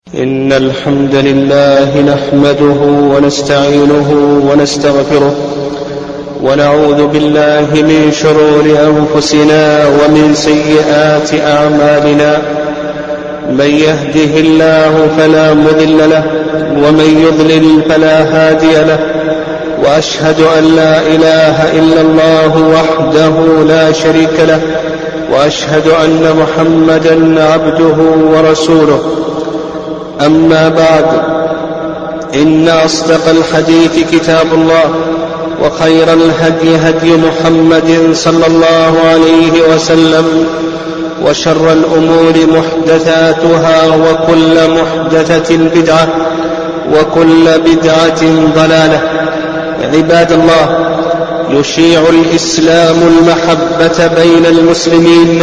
إن الحمد لله نحمده ونستعينه ونستغفره ونعوذ بالله من شرور أنفسنا ومن سيئات أعمالنا. من يهده الله فلا مضل له ومن يضلل فلا هادي له، وأشهد أن لا إله إلا الله وحده لا شريك له، وأشهد أن محمدا عبده ورسوله. أما بعد، إن أصدق الحديث كتاب الله، وخير الهدي هدي محمد صلى الله عليه وسلم، وشر الأمور محدثاتها، وكل محدثة بدعة، وكل بدعة ضلالة. عباد الله، يشيع الإسلام المحبة بين المسلمين،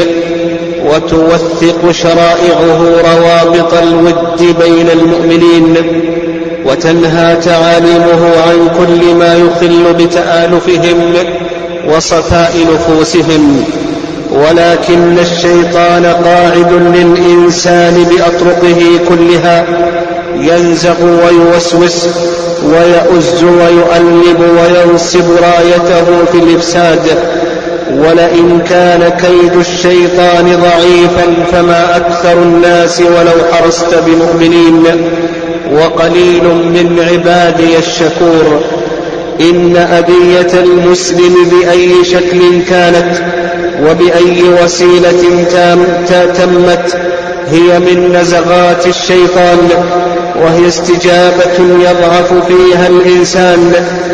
وتوثق شرائعه روابط الود بين المؤمنين، وتنهى تعاليمه عن كل ما يخل بتآلفهم وصفاء نفوسهم. ولكن الشيطان قاعد للإنسان بأطرقه كلها، ينزغ ويوسوس ويؤز ويؤلب وينصب رايته في الإفساد. ولئن كان كيد الشيطان ضعيفا فما أكثر الناس ولو حرصت بمؤمنين، وقليل من عبادي الشكور. إن أذية المسلم بأي شكل كانت وبأي وسيلة تمت هي من نزغات الشيطان، وهي استجابة يضعف فيها الإنسان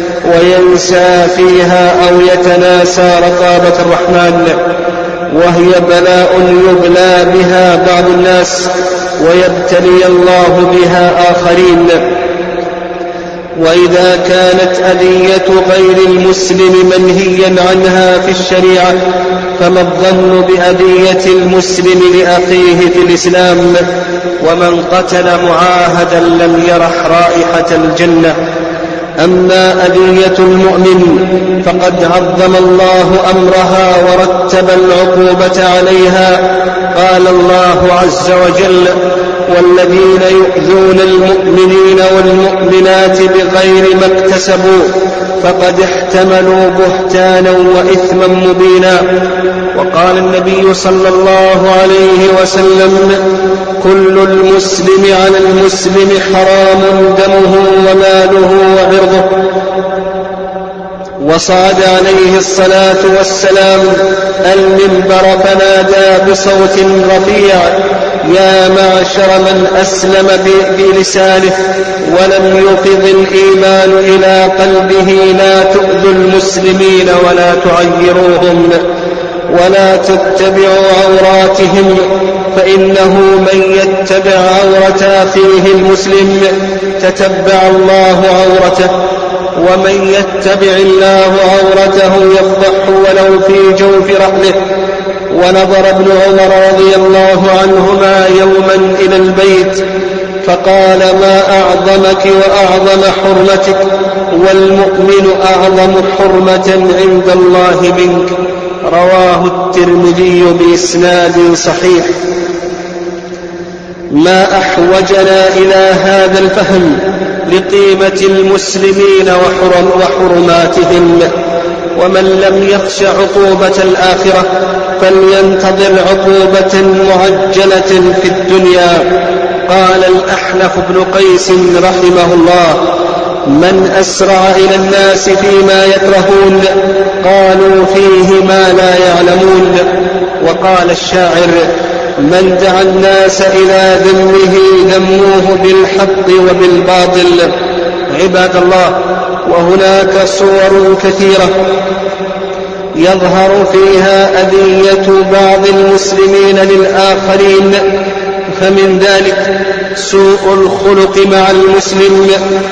وينسى فيها أو يتناسى رقابة الرحمن، وهي بلاء يبلى بها بعض الناس ويبتلي الله بها آخرين. وإذا كانت أذية غير المسلم منهيا عنها في الشريعة، فما الظن بأذية المسلم لأخيه في الإسلام؟ ومن قتل معاهدا لم يرح رائحة الجنة. أما أذية المؤمن فقد عظم الله أمرها ورتب العقوبة عليها. قال الله عز وجل: والذين يؤذون المؤمنين والمؤمنات بغير ما اكتسبوا فقد احتملوا بهتانا وإثما مبينا. وقال النبي صلى الله عليه وسلم: كل المسلم على المسلم حرام دمه وماله وعرضه. وصعد عليه الصلاة والسلام المنبر فنادى بصوت رفيع: يا معشر من أسلم بلسانه ولم يفض الإيمان إلى قلبه، لا تؤذوا المسلمين ولا تعيروهم ولا تتبعوا عوراتهم، فإنه من يتبع عورة أخيه المسلم تتبع الله عورته، ومن يتبع الله عورته يفضحه ولو في جوف رحله. ونظر ابن عمر رضي الله عنهما يوما إلى البيت فقال: ما أعظمك وأعظم حرمتك، والمؤمن أعظم حرمة عند الله منك. رواه الترمذي بإسناد صحيح. ما أحوجنا إلى هذا الفهم لقيمة المسلمين وحرماتهم. ومن لم يخش عقوبة الآخرة فلينتظر عقوبة معجلة في الدنيا. قال الأحنف بن قيس رحمه الله: من أسرع إلى الناس فيما يكرهون قالوا فيه ما لا يعلمون. وقال الشاعر: من دعا الناس إلى ذمه ذموه بالحق وبالباطل. عباد الله، وهناك صور كثيرة يظهر فيها أذية بعض المسلمين للآخرين، فمن ذلك سوء الخلق مع المسلم.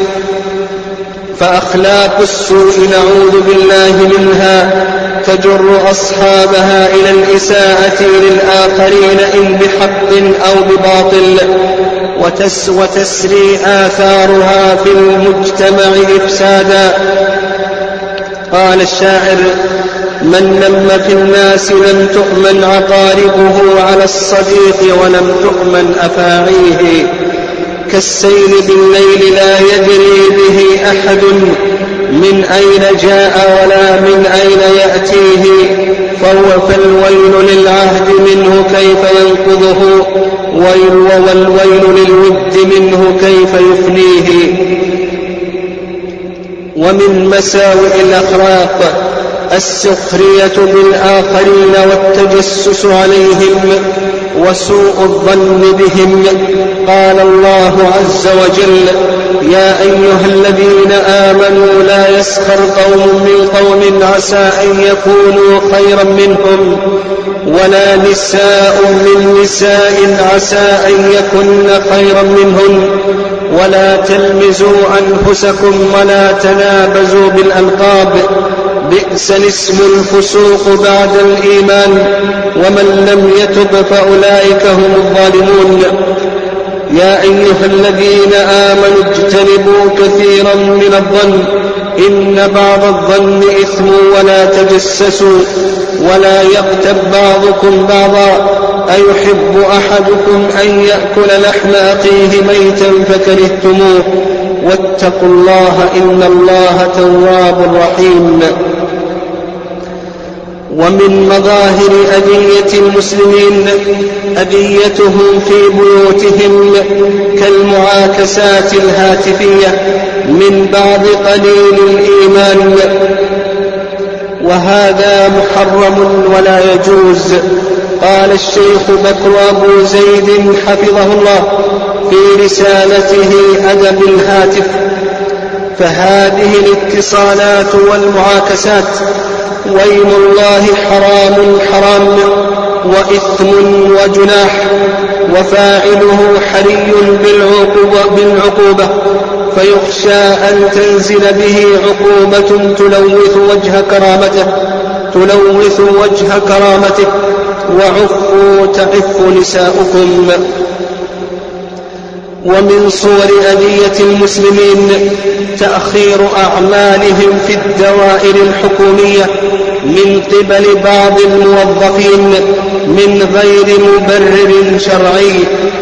فأخلاق السوء نعوذ بالله منها تجر أصحابها إلى الإساءة للآخرين إن بحق أو بباطل، وتسري آثارها في المجتمع إفسادا. قال الشاعر: من نم في الناس لم تؤمن عقاربه على الصديق ولم تؤمن أفاعيه. كالسيل بالليل لا يدري به أحد من أين جاء ولا من أين يأتيه، فالويل للعهد منه كيف ينقضه، والويل للود منه كيف يفنيه. ومن مساوئ الأخلاق السخرية بالآخرين والتجسس عليهم وسوء الظن بهم. قال الله عز وجل: يا أيها الذين آمنوا لا يسخر قوم من قوم عسى أن يكونوا خيرا منهم، ولا نساء من نساء عسى أن يكن خيرا منهن، ولا تلمزوا أنفسكم ولا تنابزوا بالألقاب، بئس الاسم الفسوق بعد الإيمان، ومن لم يتب فأولئك هم الظالمون. يا أيها الذين آمنوا اجتنبوا كثيرا من الظن إن بعض الظن إثم، ولا تجسسوا، ولا يغتب بعضكم بعضا، أيحب أحدكم أن يأكل لحم أخيه ميتا فكرهتموه، واتقوا الله إن الله تواب رحيم. ومن مظاهر أذية المسلمين أذيتهم في بيوتهم كالمعاكسات الهاتفية من بعض قليل الإيمان، وهذا محرم ولا يجوز. قال الشيخ بكر أبو زيد حفظه الله في رسالته أدب الهاتف: فهذه الاتصالات والمعاكسات ويم الله حرام وإثم وجناح، وفاعله حري بالعقوبة، فيخشى أن تنزل به عقوبة تلوث وجه كرامته، وعفوا تعف نساؤكم. ومن صور أذية المسلمين تأخير أعمالهم في الدوائر الحكومية من قبل بعض الموظفين من غير مبرر شرعي.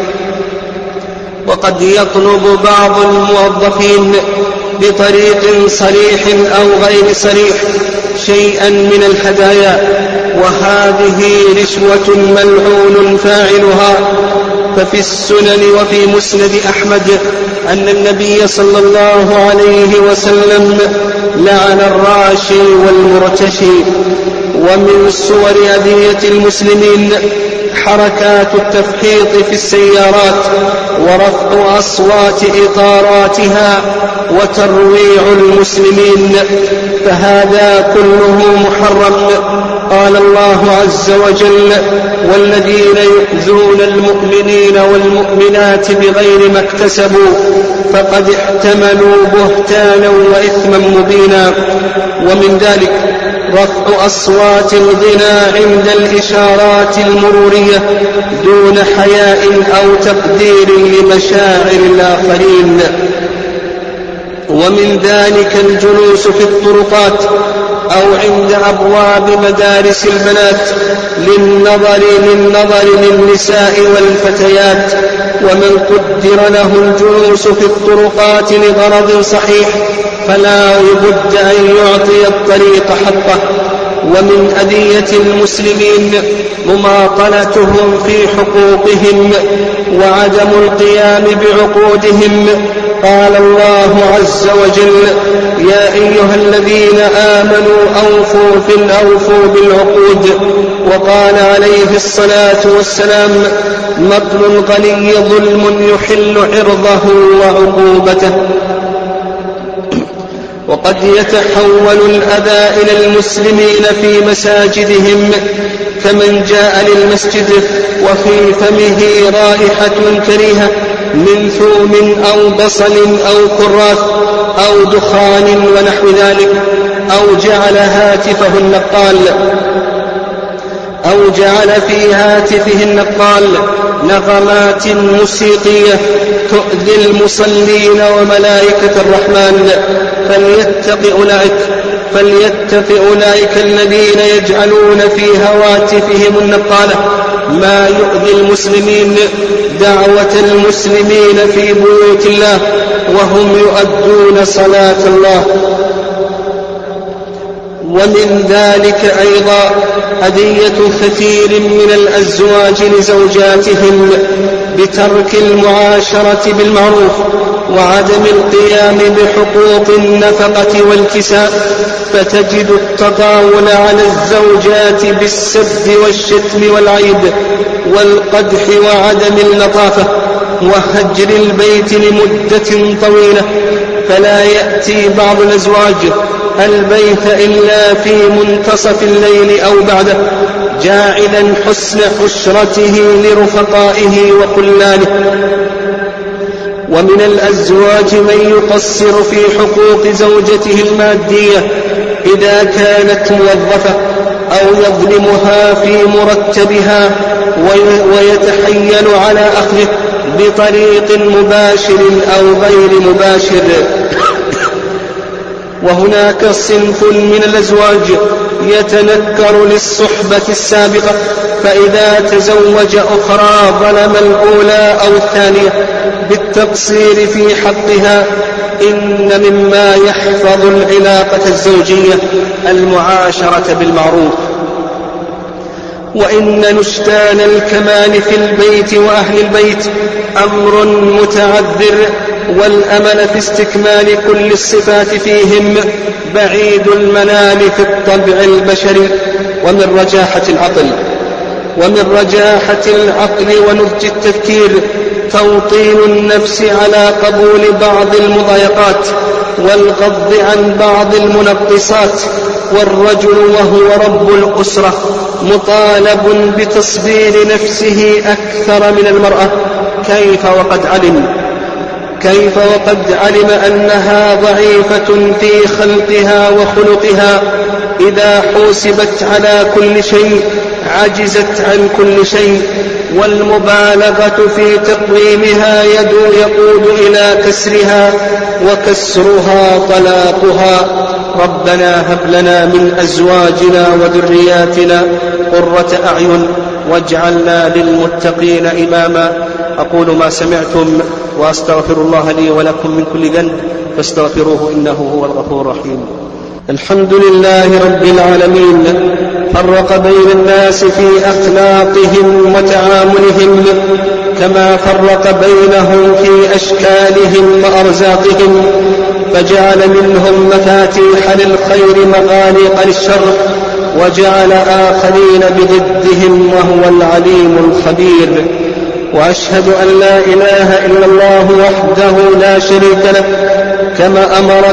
وقد يطلب بعض الموظفين بطريق صريح أو غير صريح شيئا من الهدايا، وهذه رشوة ملعون فاعلها. ففي السنن وفي مسند أحمد أن النبي صلى الله عليه وسلم لعن الراشي والمرتشي. ومن صور أذية المسلمين حركات التفحيط في السيارات ورفع أصوات إطاراتها وترويع المسلمين، فهذا كله محرم. قال الله عز وجل: والذين يؤذون المؤمنين والمؤمنات بغير ما اكتسبوا فقد احتملوا بهتانا وإثما مبينا. ومن ذلك رفع أصوات الغناء عند الإشارات المرورية دون حياء أو تقدير لمشاعر الآخرين. ومن ذلك الجلوس في الطرقات أو عند أبواب مدارس البنات للنظر للنساء والفتيات. ومن قدر له الجلوس في الطرقات لغرض صحيح فلا بد أن يعطي الطريق حقه. ومن أذية المسلمين مماطلتهم في حقوقهم وعدم القيام بعقودهم. قال الله عز وجل: يا أيها الذين آمنوا أوفوا بالعقود. وقال عليه الصلاة والسلام: مطل الغني ظلم يحل عرضه وعقوبته. وقد يتحول الأذى إلى المسلمين في مساجدهم كمن جاء للمسجد وفي فمه رائحة كريهة من ثوم أو بصل أو كراث أو دخان ونحو ذلك، أو جعل في هاتفه النقال نغمات موسيقية تؤذي المصلين وملائكة الرحمن. فليتق أولئك الذين يجعلون في هواتفهم النقالة ما يؤذي المسلمين دعوة المسلمين في بيوت الله وهم يؤدون صلاة الله. ومن ذلك أيضا أذية كثير من الأزواج لزوجاتهم بترك المعاشرة بالمعروف وعدم القيام بحقوق النفقة والكساء، فتجد التطاول على الزوجات بالسب والشتم والعيب والقدح وعدم اللطافة وهجر البيت لمدة طويلة، فلا يأتي بعض الأزواج البيت إلا في منتصف الليل أو بعده، جاعلا حسن عشرته لرفقائه وخلانه. ومن الأزواج من يقصر في حقوق زوجته المادية إذا كانت موظفة أو يظلمها في مرتبها ويتحيل على أخذه بطريق مباشر أو غير مباشر. وهناك صنف من الأزواج يتنكر للصحبة السابقة، فإذا تزوج أخرى ظلم الأولى أو الثانية بالتقصير في حقها. إن مما يحفظ العلاقة الزوجية المعاشرة بالمعروف. وإن نشتان الكمال في البيت وأهل البيت أمر متعذر، والأمل في استكمال كل الصفات فيهم بعيد المنال في الطبع البشري. ومن رجاحة العقل ونضج التفكير توطين النفس على قبول بعض المضايقات والغض عن بعض المنقصات. والرجل وهو رب الأسرة مطالب بتصبير نفسه أكثر من المرأة، كيف وقد علم أنها ضعيفة في خلقها وخلقها، إذا حوسبت على كل شيء عجزت عن كل شيء، والمبالغة في تقويمها يقود إلى كسرها، وكسرها طلاقها. ربنا هب لنا من أزواجنا وذرياتنا قرة أعين واجعلنا للمتقين إماما. أقول ما سمعتم وأستغفر الله لي ولكم من كل ذنب فاستغفروه إنه هو الغفور الرحيم. الحمد لله رب العالمين، فرق بين الناس في أخلاقهم وتعاملهم كما فرق بينهم في أشكالهم وأرزاقهم، فجعل منهم مفاتيح للخير مغاليق للشر، وجعل آخرين بضدهم وهو العليم الخبير. وأشهد أن لا إله إلا الله وحده لا شريك له، كما أمر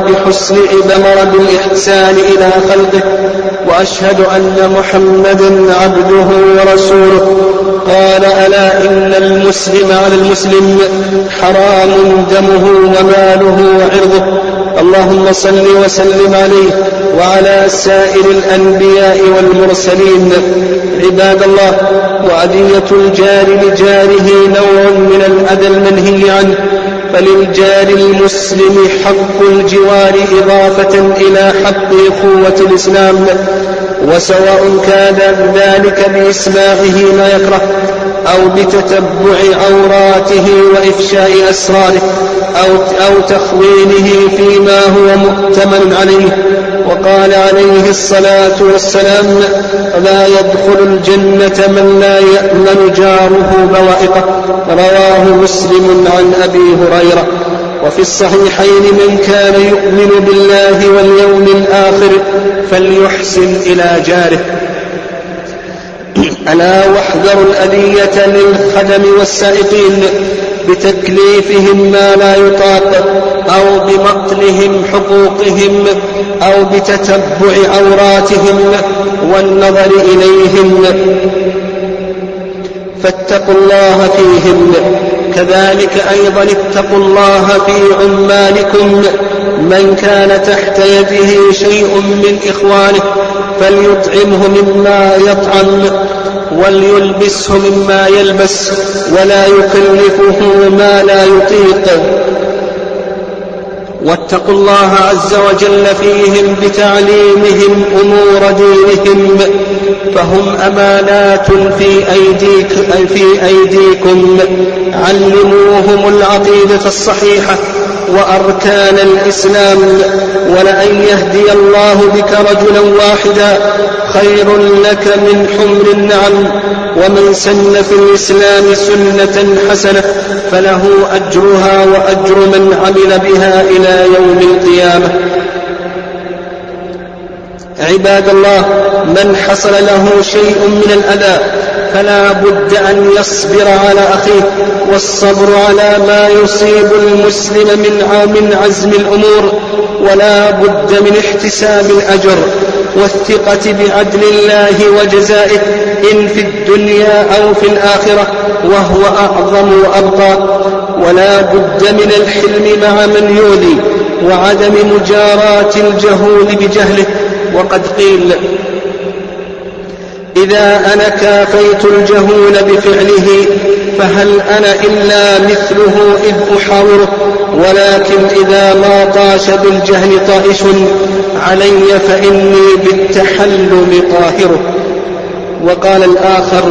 بالإحسان إلى خلقه. وأشهد أن محمدا عبده ورسوله، قال ألا إن المسلم على المسلم حرام دمه وماله وعرضه. اللهم صل وسلم عليه وعلى سائر الأنبياء والمرسلين. عباد الله، وأذية الجار لجاره نوع من الأذى المنهي عنه، فللجار المسلم حق الجوار إضافة إلى حق أخوة الإسلام، وسواء كان ذلك بإسماعه ما يكره أو بتتبع عوراته وإفشاء أسراره أو تخوينه فيما هو مؤتمن عليه. وقال عليه الصلاة والسلام: لا يدخل الجنة من لا يأمن جاره بوائقه. رواه مسلم عن أبي هريرة. وفي الصحيحين: من كان يؤمن بالله واليوم الآخر فليحسن إلى جاره. ألا واحذروا الأذية للخدم والسائقين بتكليفهم ما لا يطاق، أو بمقتلهم حقوقهم، أو بتتبع عوراتهم والنظر إليهم، فاتقوا الله فيهم. كذلك أيضا اتقوا الله في عمالكم، من كان تحت يده شيء من إخوانه فليطعمه مما يطعم وليلبسه مما يلبس، ولا يكلفه ما لا يطيق. واتقوا الله عز وجل فيهم بتعليمهم أمور دينهم، فهم أمانات في أيديكم. علموهم العقيدة الصحيحة وأركان الإسلام، ولأن يهدي الله بك رجلا واحدا خير لك من حمر النعم. ومن سن في الإسلام سنة حسنة فله أجرها وأجر من عمل بها إلى يوم القيامة. عباد الله، من حصل له شيء من الأذى فلا بد أن يصبر على أخيه، والصبر على ما يصيب المسلم من عزم الأمور، ولا بد من احتساب الأجر والثقة بعدل الله وجزائه إن في الدنيا أو في الآخرة، وهو أعظم وأبقى. ولا بد من الحلم مع من يؤذي وعدم مجاراة الجهول بجهله. وقد قيل: إذا أنا كافيت الجهول بفعله فهل أنا إلا مثله إذ أحاوره، ولكن إذا ما طاش بالجهل طائش علي فإني بالتحلم طاهره. وقال الآخر: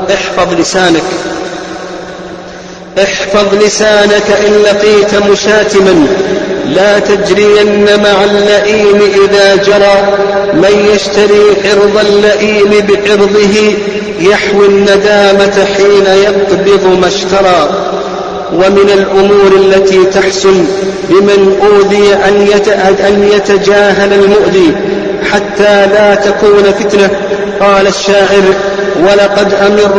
احفظ لسانك إن لقيت مشاتما، لا تجرين مع اللئيم إذا جرى. من يشتري عرض اللئيم بعرضه يحوي الندامة حين يقبض ما اشترى. ومن الأمور التي تحسن بمن أوذي أن يتجاهل المؤذي حتى لا تكون فتنة. قال الشاعر: ولقد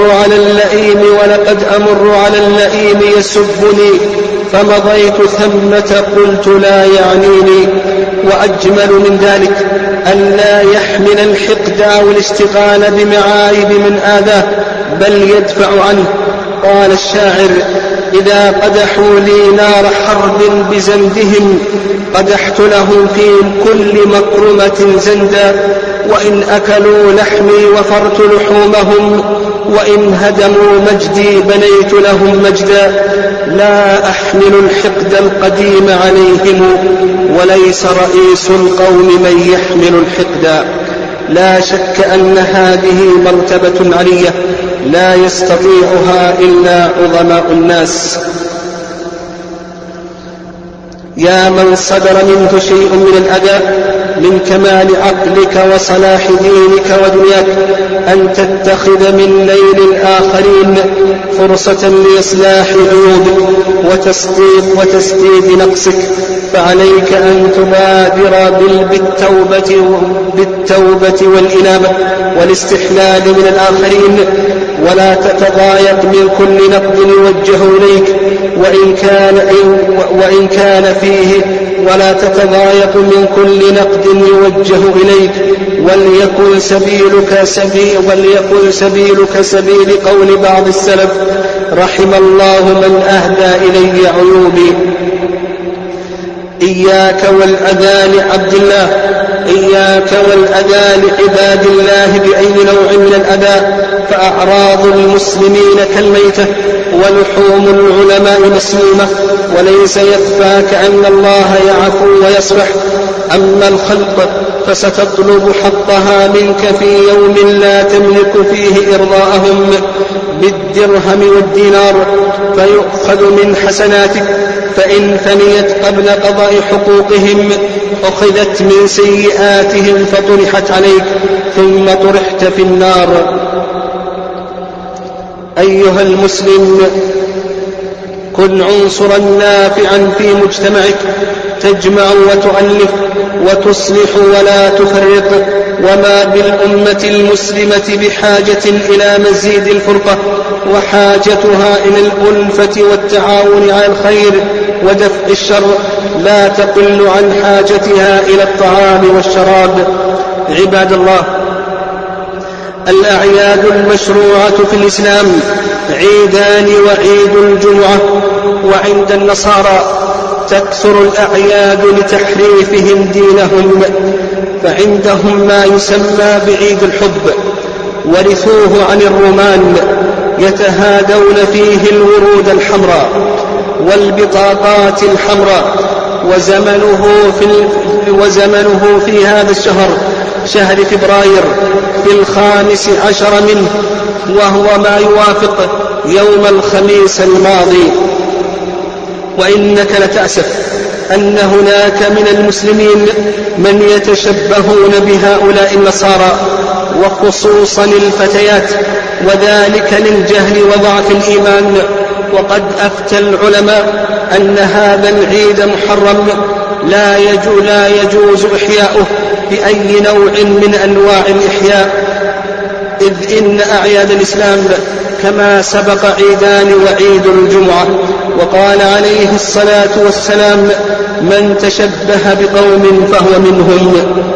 أمر على اللئيم يسبني فمضيت ثمة قلت لا يعنيني. وأجمل من ذلك أن لا يحمل الحقد أو الاشتغال بمعايب من آذاه بل يدفع عنه. قال الشاعر: إذا قدحوا لي نار حرب بزندهم قدحت لهم في كل مكرمة زندا. وإن أكلوا لحمي وفرت لحومهم وإن هدموا مجدي بنيت لهم مجدا. لا أحمل الحقد القديم عليهم وليس رئيس القوم من يحمل الحقد. لا شك أن هذه مرتبة علية لا يستطيعها إلا عظماء الناس. يا من صدر منه شيء من الأذى من كمال عقلك وصلاح دينك ودنياك أن تتخذ من نيل الآخرين فرصة لإصلاح عيوبك وتسديد نقصك، فعليك أن تبادر بالتوبة والإنابة والاستحلال من الآخرين، ولا تتضايق من كل نقد يوجه إليك وإن كان فيه، ولا تتضايق من كل نقد يوجه إليك، وليكن سبيلك سبيل قول بعض السلف: رحم الله من أهدى إلي عيوبي. إياك والأذى لعبد الله، إياك والأذى لعباد الله بأي نوع من الأذى، فأعراض المسلمين كالميتة ولحوم العلماء مسمومة، وليس يخفاك أن الله يعفو ويصفح. أما الخلق فستطلب حقها منك في يوم لا تملك فيه إرضاءهم بالدرهم والدينار، فيؤخذ من حسناتك، فإن فنيت قبل قضاء حقوقهم أخذت من سيئاتهم فطرحت عليك ثم طرحت في النار. أيها المسلم، كن عنصرا نافعا في مجتمعك، تجمع وتؤلف وتصلح ولا تفرق. وما بالأمة المسلمة بحاجة إلى مزيد الفرقة، وحاجتها إلى الألفة والتعاون على الخير ودفع الشر لا تقل عن حاجتها إلى الطعام والشراب. عباد الله، الأعياد المشروعة في الإسلام عيدان وعيد الجمعة، وعند النصارى تكثر الأعياد لتحريفهم دينهم، فعندهم ما يسمى بعيد الحب، ورثوه عن الرومان، يتهادون فيه الورود الحمراء والبطاقات الحمراء وزمنه في هذا الشهر، شهر فبراير، في 15 منه، وهو ما يوافق يوم الخميس الماضي. وإنك لتأسف أن هناك من المسلمين من يتشبهون بهؤلاء النصارى، وخصوصا الفتيات، وذلك للجهل وضعف الإيمان. وقد أفتى العلماء أن هذا العيد محرم، لا يجوز إحياؤه بأي نوع من أنواع الإحياء، إذ إن أعياد الإسلام كما سبق عيدان وعيد الجمعة. وقال عليه الصلاة والسلام: من تشبه بقوم فهو منهم.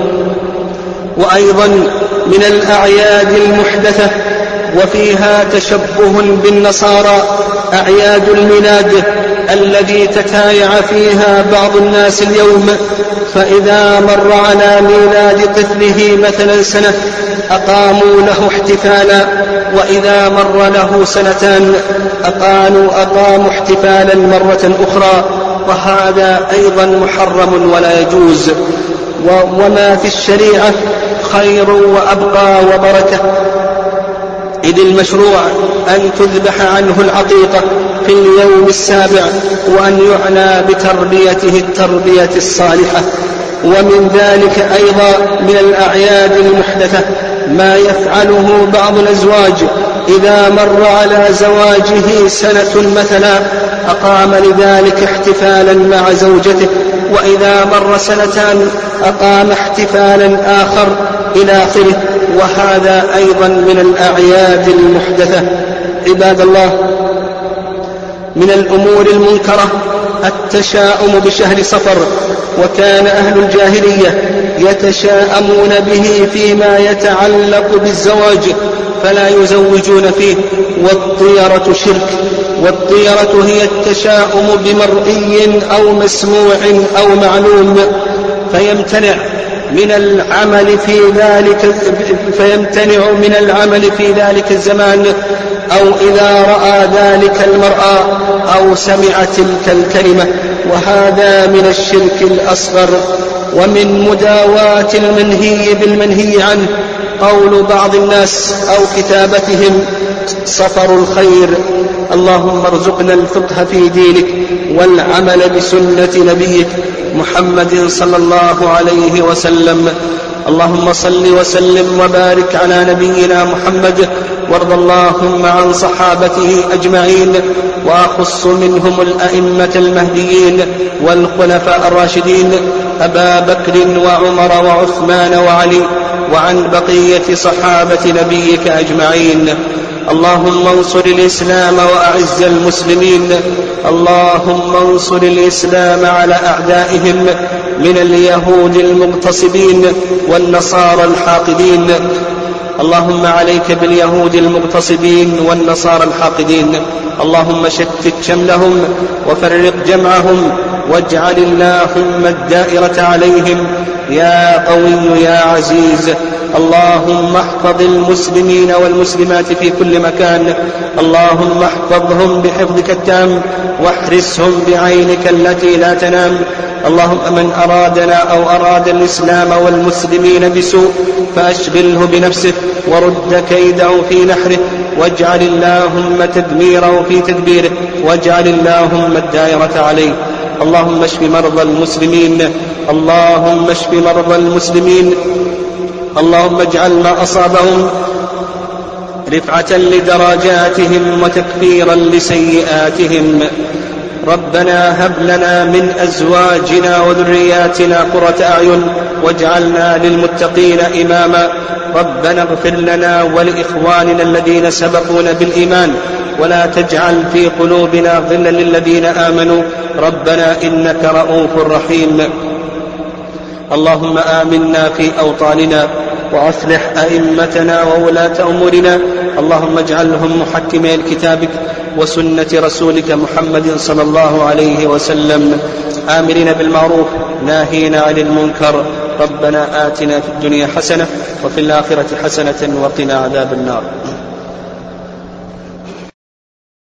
وأيضا من الأعياد المحدثة وفيها تشبه بالنصارى أعياد الميلاد، الذي تتايع فيها بعض الناس اليوم، فإذا مر على ميلاد طفله مثلا سنة أقاموا له احتفالا، وإذا مر له سنتان أقاموا احتفالا مرة أخرى، وهذا أيضا محرم ولا يجوز. وما في الشريعة خير وأبقى وبركة، إذ المشروع أن تذبح عنه العقيقة في اليوم السابع، وأن يعنى بتربيته التربية الصالحة. ومن ذلك أيضا من الأعياد المحدثة ما يفعله بعض الأزواج، إذا مر على زواجه سنة مثلا أقام لذلك احتفالا مع زوجته، وإذا مر سنتان أقام احتفالا آخر إلى آخره، وهذا أيضا من الأعياد المحدثة. عباد الله، من الأمور المنكرة التشاؤم بشهر صفر، وكان أهل الجاهلية يتشاءمون به فيما يتعلق بالزواج فلا يزوجون فيه، والطيرة شرك. والطيرة هي التشاؤم بمرئي أو مسموع أو معلوم، فيمتنع من العمل في ذلك الزمان، أو إذا رأى ذلك المرأة أو سمع تلك الكلمة، وهذا من الشرك الأصغر. ومن مداواة المنهي بالمنهي عنه قول بعض الناس أو كتابتهم صفر الخير. اللهم ارزقنا الفقه في دينك والعمل بسنة نبيك محمد صلى الله عليه وسلم. اللهم صل وسلم وبارك على نبينا محمد، وارض اللهم عن صحابته أجمعين، وأخص منهم الأئمة المهديين والخلفاء الراشدين أبا بكر وعمر وعثمان وعلي، وعن بقية صحابة نبيك أجمعين. اللهم انصر الإسلام وأعز المسلمين. اللهم انصر الإسلام على أعدائهم من اليهود المغتصبين والنصارى الحاقدين. اللهم عليك باليهود المغتصبين والنصارى الحاقدين. اللهم شتت شملهم وفرق جمعهم، واجعل اللهم الدائرة عليهم يا قوي يا عزيز. اللهم احفظ المسلمين والمسلمات في كل مكان. اللهم احفظهم بحفظك التام، واحرسهم بعينك التي لا تنام. اللهم من أرادنا أو أراد الإسلام والمسلمين بسوء فأشغله بنفسه ورد كيده في نحره، واجعل اللهم تدميره في تدبيره، واجعل اللهم الدائرة عليه. اللهم اشف مرضى المسلمين. اللهم اشف مرضى المسلمين. اللهم اجعل ما أصابهم رفعة لدرجاتهم وتكفيرا لسيئاتهم. ربنا هب لنا من أزواجنا وذرياتنا قرة أعين واجعلنا للمتقين إماما. ربنا اغفر لنا ولإخواننا الذين سبقونا بالإيمان، ولا تجعل في قلوبنا غلا للذين آمنوا. ربنا إنك رؤوف رحيم. اللهم آمنا في أوطاننا، وأصلح أئمتنا وولاة أمورنا. اللهم اجعلهم محكمي كتابك وسنة رسولك محمد صلى الله عليه وسلم، آمرين بالمعروف ناهين عن المنكر. ربنا آتنا في الدنيا حسنة وفي الآخرة حسنة وقنا عذاب النار.